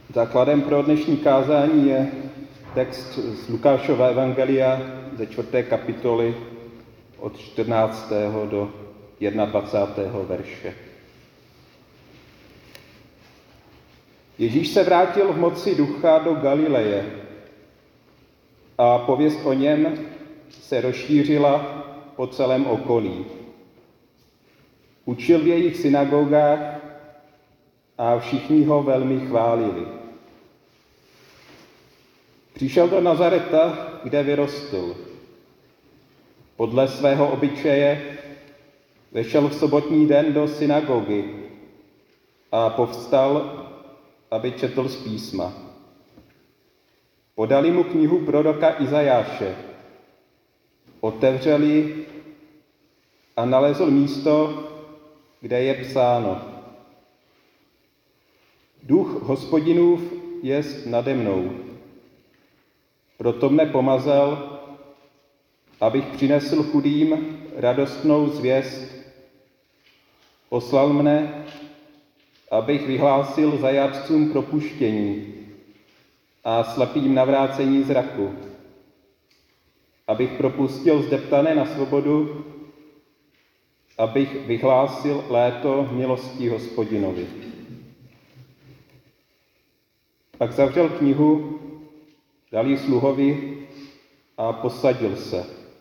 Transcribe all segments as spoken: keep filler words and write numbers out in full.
Základem pro dnešní kázání je text z Lukášova evangelia ze čtvrté kapitoly od čtrnáctého do dvacátého prvního verše. Ježíš se vrátil v moci ducha do Galileje a pověst o něm se rozšířila po celém okolí. Učil v jejich synagogách a všichni ho velmi chválili. Přišel do Nazareta, kde vyrostl. Podle svého obyčeje vešel v sobotní den do synagogy a povstal, aby četl z písma. Podali mu knihu proroka Izajáše. Otevřeli a nalezl místo, kde je psáno: Duch Hospodinův jest nade mnou, proto mne pomazal, abych přinesl chudým radostnou zvěst. Poslal mne, abych vyhlásil zajatcům propuštění a slepým navrácení zraku, abych propustil zdeptané na svobodu, abych vyhlásil léto milosti Hospodinovi. Pak zavřel knihu, dal ji sluhovi a posadil se.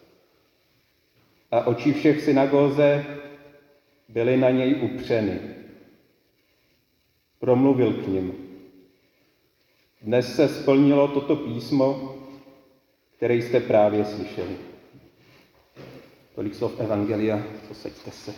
A oči všech v synagóze byly na něj upřeny. Promluvil k nim: Dnes se splnilo toto písmo, které jste právě slyšeli. Tolik slov evangelia, posaďte se.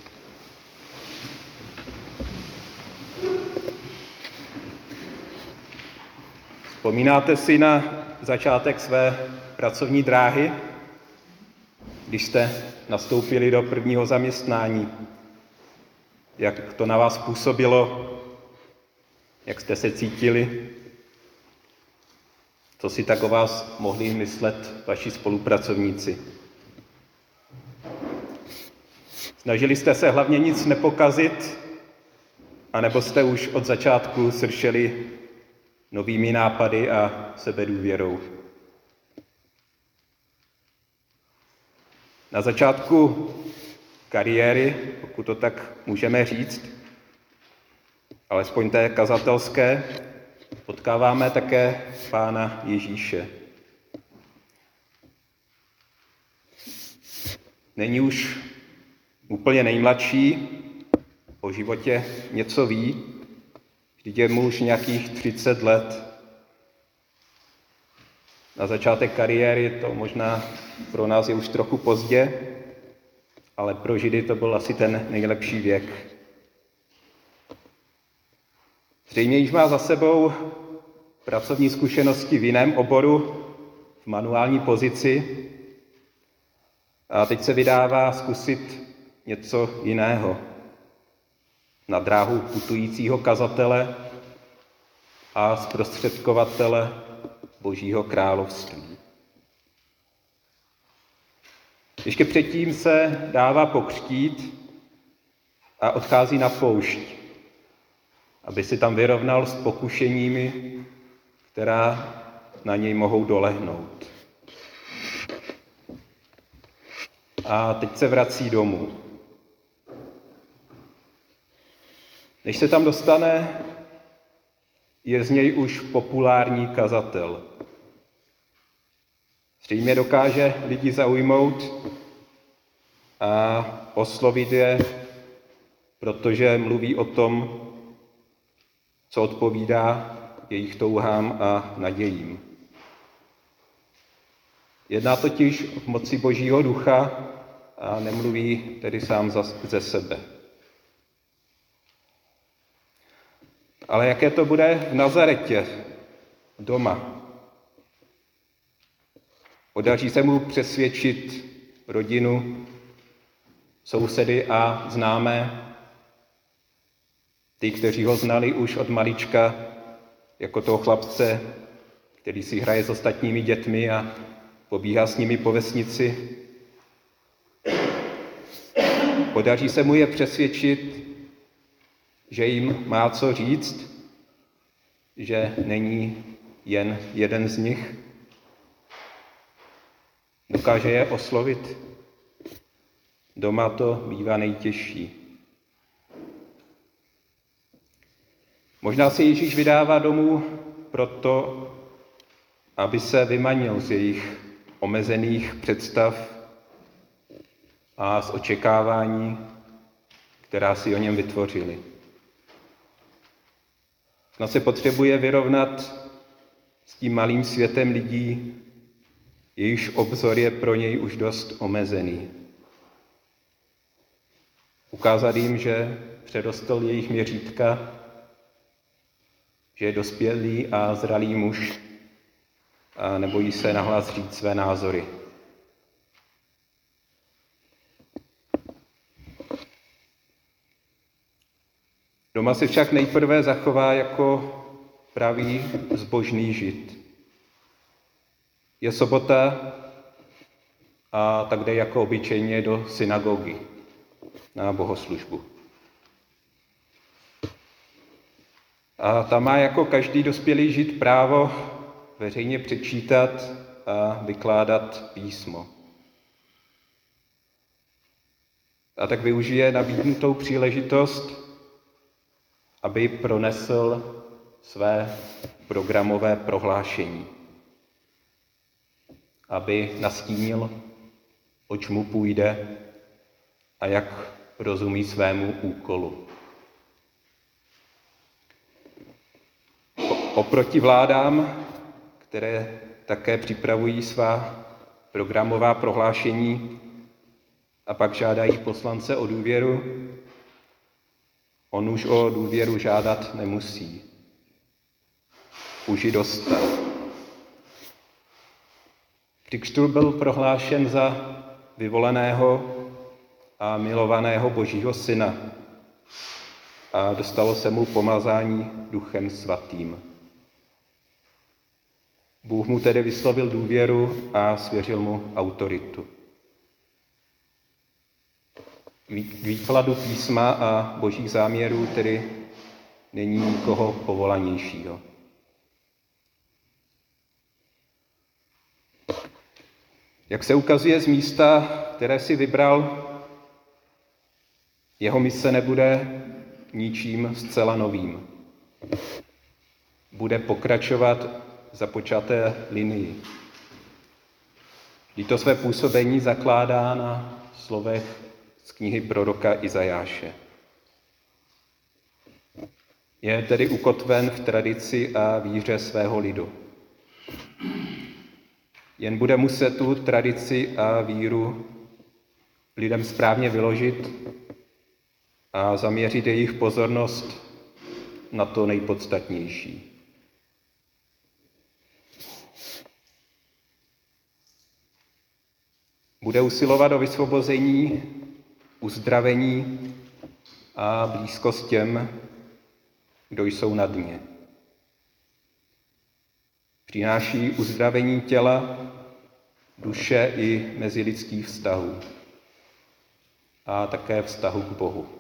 Vzpomínáte si na začátek své pracovní dráhy, když jste nastoupili do prvního zaměstnání? Jak to na vás působilo? Jak jste se cítili? Co si tak o vás mohli myslet vaši spolupracovníci? Snažili jste se hlavně nic nepokazit, anebo jste už od začátku sršeli novými nápady a sebedůvěrou? Na začátku kariéry, pokud to tak můžeme říct, alespoň té kazatelské, potkáváme také Pána Ježíše. Není už úplně nejmladší, o životě něco ví, vždyť je mu už nějakých třicet let. Na začátek kariéry to možná pro nás je už trochu pozdě, ale pro Židy to byl asi ten nejlepší věk. Zřejmě již má za sebou pracovní zkušenosti v jiném oboru, v manuální pozici, a teď se vydává zkusit něco jiného. Na dráhu putujícího kazatele a zprostředkovatele Božího království. Ještě předtím se dává pokřtít a odchází na poušť, aby si tam vyrovnal s pokušeními, která na něj mohou dolehnout. A teď se vrací domů. Než se tam dostane, je z něj už populární kazatel. Zřejmě dokáže lidi zaujmout a oslovit je, protože mluví o tom, co odpovídá jejich touhám a nadějím. Jedná totiž v moci Božího ducha a nemluví tedy sám za, ze sebe. Ale jaké to bude v Nazaretě, doma? Podaří se mu přesvědčit rodinu, sousedy a známé, ty, kteří ho znali už od malička, jako toho chlapce, který si hraje s ostatními dětmi a pobíhá s nimi po vesnici. Podaří se mu je přesvědčit, že jim má co říct, že není jen jeden z nich. Dokáže je oslovit. Doma to bývá nejtěžší. Možná se Ježíš vydává domů proto, aby se vymanil z jejich omezených představ a z očekávání, která si o něm vytvořili. Snad se potřebuje vyrovnat s tím malým světem lidí, jejichž obzor je pro něj už dost omezený. Ukázat jim, že předostl jejich měřítka, že je dospělý a zralý muž a nebojí se nahlas říct své názory. Doma se však nejprve zachová jako pravý zbožný žid. Je sobota a tak jde jako obyčejně do synagogy na bohoslužbu. A tam má jako každý dospělý žid právo veřejně přečítat a vykládat písmo. A tak využije nabídnutou příležitost, aby pronesl své programové prohlášení, aby nastínil, oč mu půjde a jak rozumí svému úkolu. Oproti vládám, které také připravují svá programová prohlášení a pak žádají poslance o důvěru, on už o důvěru žádat nemusí. Už ji dostal. Při křtu byl prohlášen za vyvoleného a milovaného Božího syna a dostalo se mu pomazání Duchem svatým. Bůh mu tedy vyslovil důvěru a svěřil mu autoritu. K výkladu písma a božích záměrů tedy není nikoho povolanějšího. Jak se ukazuje z místa, které si vybral, jeho mise nebude ničím zcela novým. Bude pokračovat započaté linii. Kdy to své působení zakládá na slovech z knihy proroka Izajáše. Je tedy ukotven v tradici a víře svého lidu. Jen bude muset tu tradici a víru lidem správně vyložit a zaměřit jejich pozornost na to nejpodstatnější. Bude usilovat o vysvobození, uzdravení a blízkost těm, kdo jsou na dně. Přináší uzdravení těla, duše i mezilidských vztahů a také vztahu k Bohu.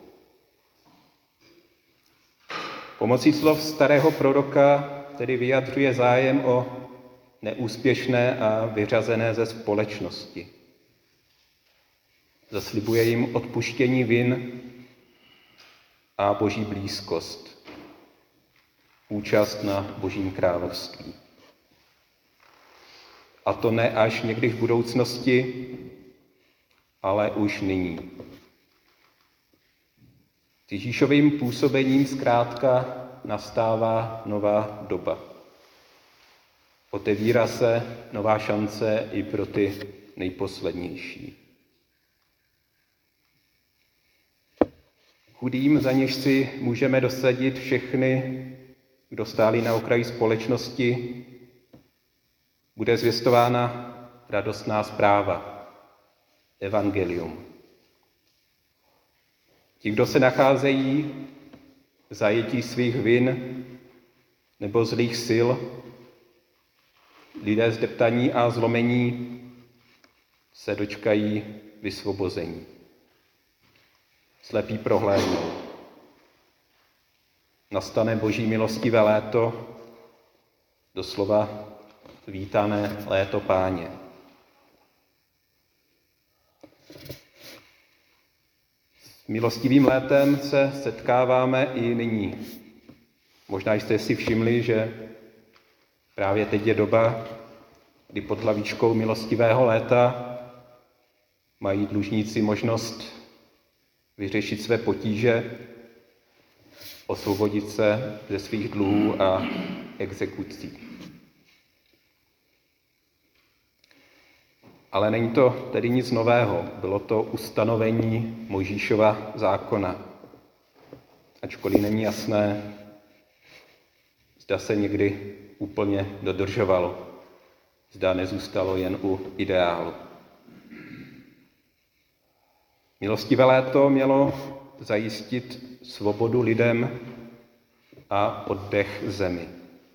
Pomocí slov starého proroka tedy vyjadřuje zájem o neúspěšné a vyřazené ze společnosti. Zaslibuje jim odpuštění vin a boží blízkost, účast na božím království. A to ne až někdy v budoucnosti, ale už nyní. S Ježíšovým působením zkrátka nastává nová doba. Otevírá se nová šance i pro ty nejposlednější. Chudým, za něž si můžeme dosadit všechny, kdo stáli na okraji společnosti, bude zvěstována radostná zpráva, evangelium. Ti, kdo se nacházejí v zajetí svých vin nebo zlých sil, lidé zdeptaní a zlomení, se dočkají vysvobození. Slepí prohlédnou. Nastane boží milostivé léto, doslova vítané léto Páně. S milostivým létem se setkáváme i nyní. Možná jste si všimli, že právě teď je doba, kdy pod hlavičkou milostivého léta mají dlužníci možnost vyřešit své potíže, osvobodit se ze svých dluhů a exekucí. Ale není to tedy nic nového, bylo to ustanovení Mojžíšova zákona. Ačkoliv není jasné, zda se někdy úplně dodržovalo, zda nezůstalo jen u ideálu. Milostivé léto mělo zajistit svobodu lidem a oddech zemi.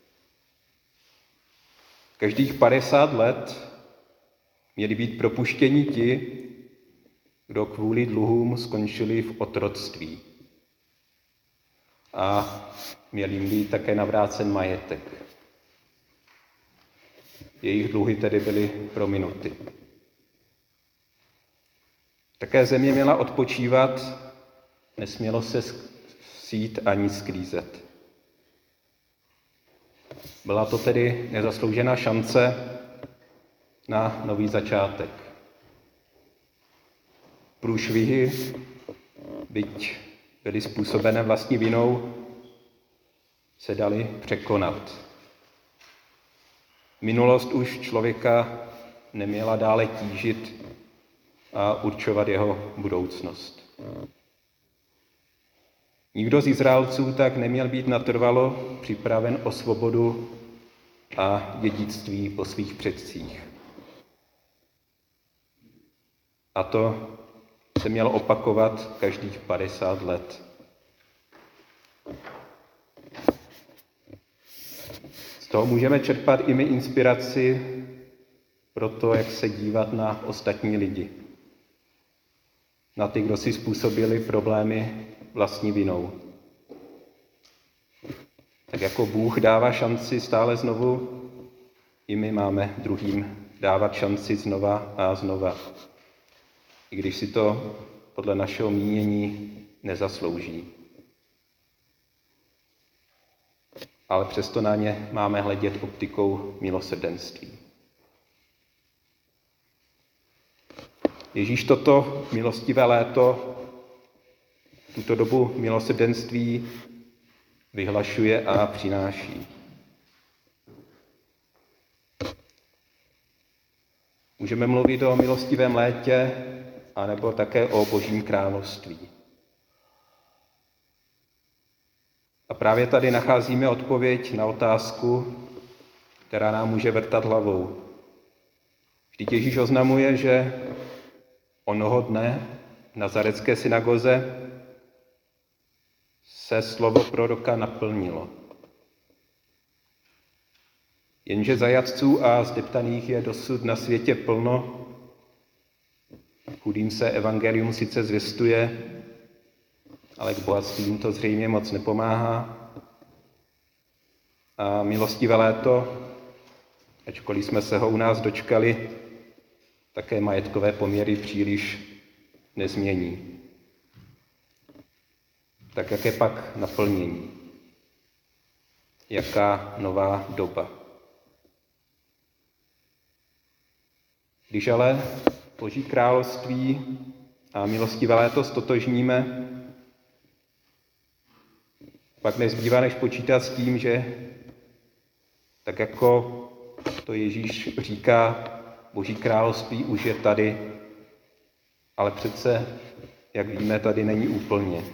Každých padesát let měli být propuštěni ti, kdo kvůli dluhům skončili v otroctví. A měl jim být také navrácen majetek. Jejich dluhy tedy byly prominuty. Také země měla odpočívat, nesmělo se sít ani sklízet. Byla to tedy nezasloužená šance na nový začátek. Průšvihy, byť byly způsobené vlastní vinou, se daly překonat. Minulost už člověka neměla dále tížit a určovat jeho budoucnost. Nikdo z Izraelců tak neměl být natrvalo připraven o svobodu a dědictví po svých předcích. A to se mělo opakovat každých padesát let. Z toho můžeme čerpat i my inspiraci pro to, jak se dívat na ostatní lidi. Na ty, kdo si způsobili problémy vlastní vinou. Tak jako Bůh dává šanci stále znovu, i my máme druhým dávat šanci znova a znova. I když si to podle našeho mínění nezaslouží. Ale přesto na ně máme hledět optikou milosrdenství. Ježíš toto milostivé léto, tuto dobu milosrdenství vyhlašuje a přináší. Můžeme mluvit o milostivém létě, anebo také o Božím království. A právě tady nacházíme odpověď na otázku, která nám může vrtat hlavou. Vždyť Ježíš oznamuje, že onoho dne v nazarecké synagoze se slovo proroka naplnilo. Jenže zajatců a zdeptaných je dosud na světě plno, chudým se evangelium sice zvěstuje, ale k bohatstvím to zřejmě moc nepomáhá. A milostivé léto, ačkoliv jsme se ho u nás dočkali, také majetkové poměry příliš nezmění. Tak jak je pak naplnění? Jaká nová doba? Když ale Boží království a milostivé léto stotožníme, pak nezbývá než počítat s tím, že tak jako to Ježíš říká, Boží království už je tady, ale přece, jak víme, tady není úplně.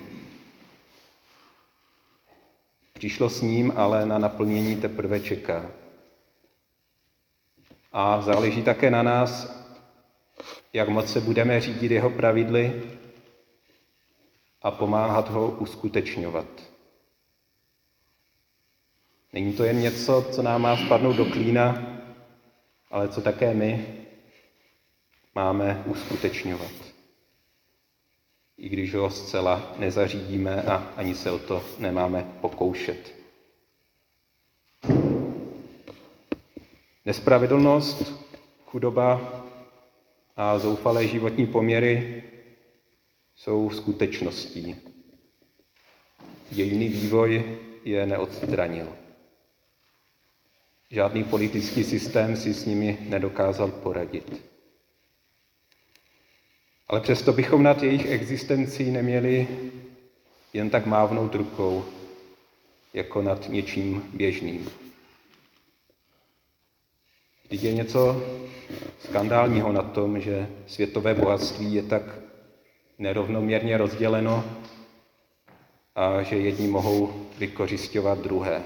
Přišlo s ním, ale na naplnění teprve čeká. A záleží také na nás, jak moc se budeme řídit jeho pravidly a pomáhat ho uskutečňovat. Není to jen něco, co nám má spadnout do klína, ale co také my máme uskutečňovat. I když ho zcela nezařídíme a ani se o to nemáme pokoušet. Nespravedlnost, chudoba a zoufalé životní poměry jsou skutečností. Dějinný vývoj je neodstranil. Žádný politický systém si s nimi nedokázal poradit. Ale přesto bychom nad jejich existencí neměli jen tak mávnout rukou, jako nad něčím běžným. Vždyť je něco skandálního na tom, že světové bohatství je tak nerovnoměrně rozděleno a že jedni mohou vykořisťovat druhé.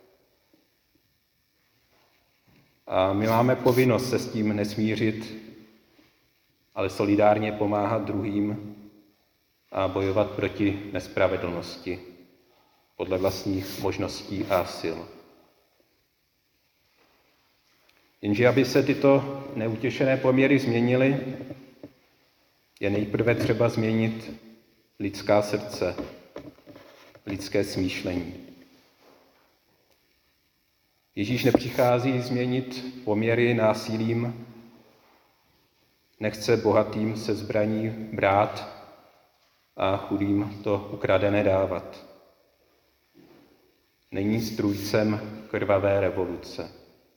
A my máme povinnost se s tím nesmířit, ale solidárně pomáhat druhým a bojovat proti nespravedlnosti podle vlastních možností a sil. Jenže aby se tyto neutěšené poměry změnily, je nejprve třeba změnit lidská srdce, lidské smýšlení. Ježíš nepřichází změnit poměry násilím, nechce bohatým se zbraní brát a chudým to ukradené dávat. Není strůjcem krvavé revoluce.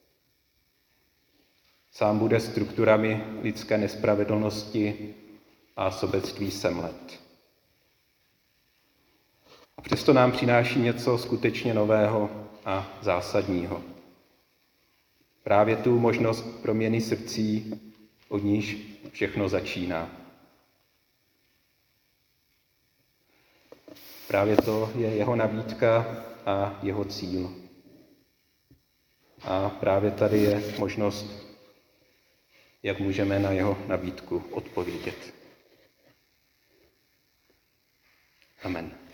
Sám bude strukturami lidské nespravedlnosti a sobectví semlet. A přesto nám přináší něco skutečně nového a zásadního. Právě tu možnost proměny srdcí, od níž všechno začíná. Právě to je jeho nabídka a jeho cíl. A právě tady je možnost, jak můžeme na jeho nabídku odpovědět. Amen.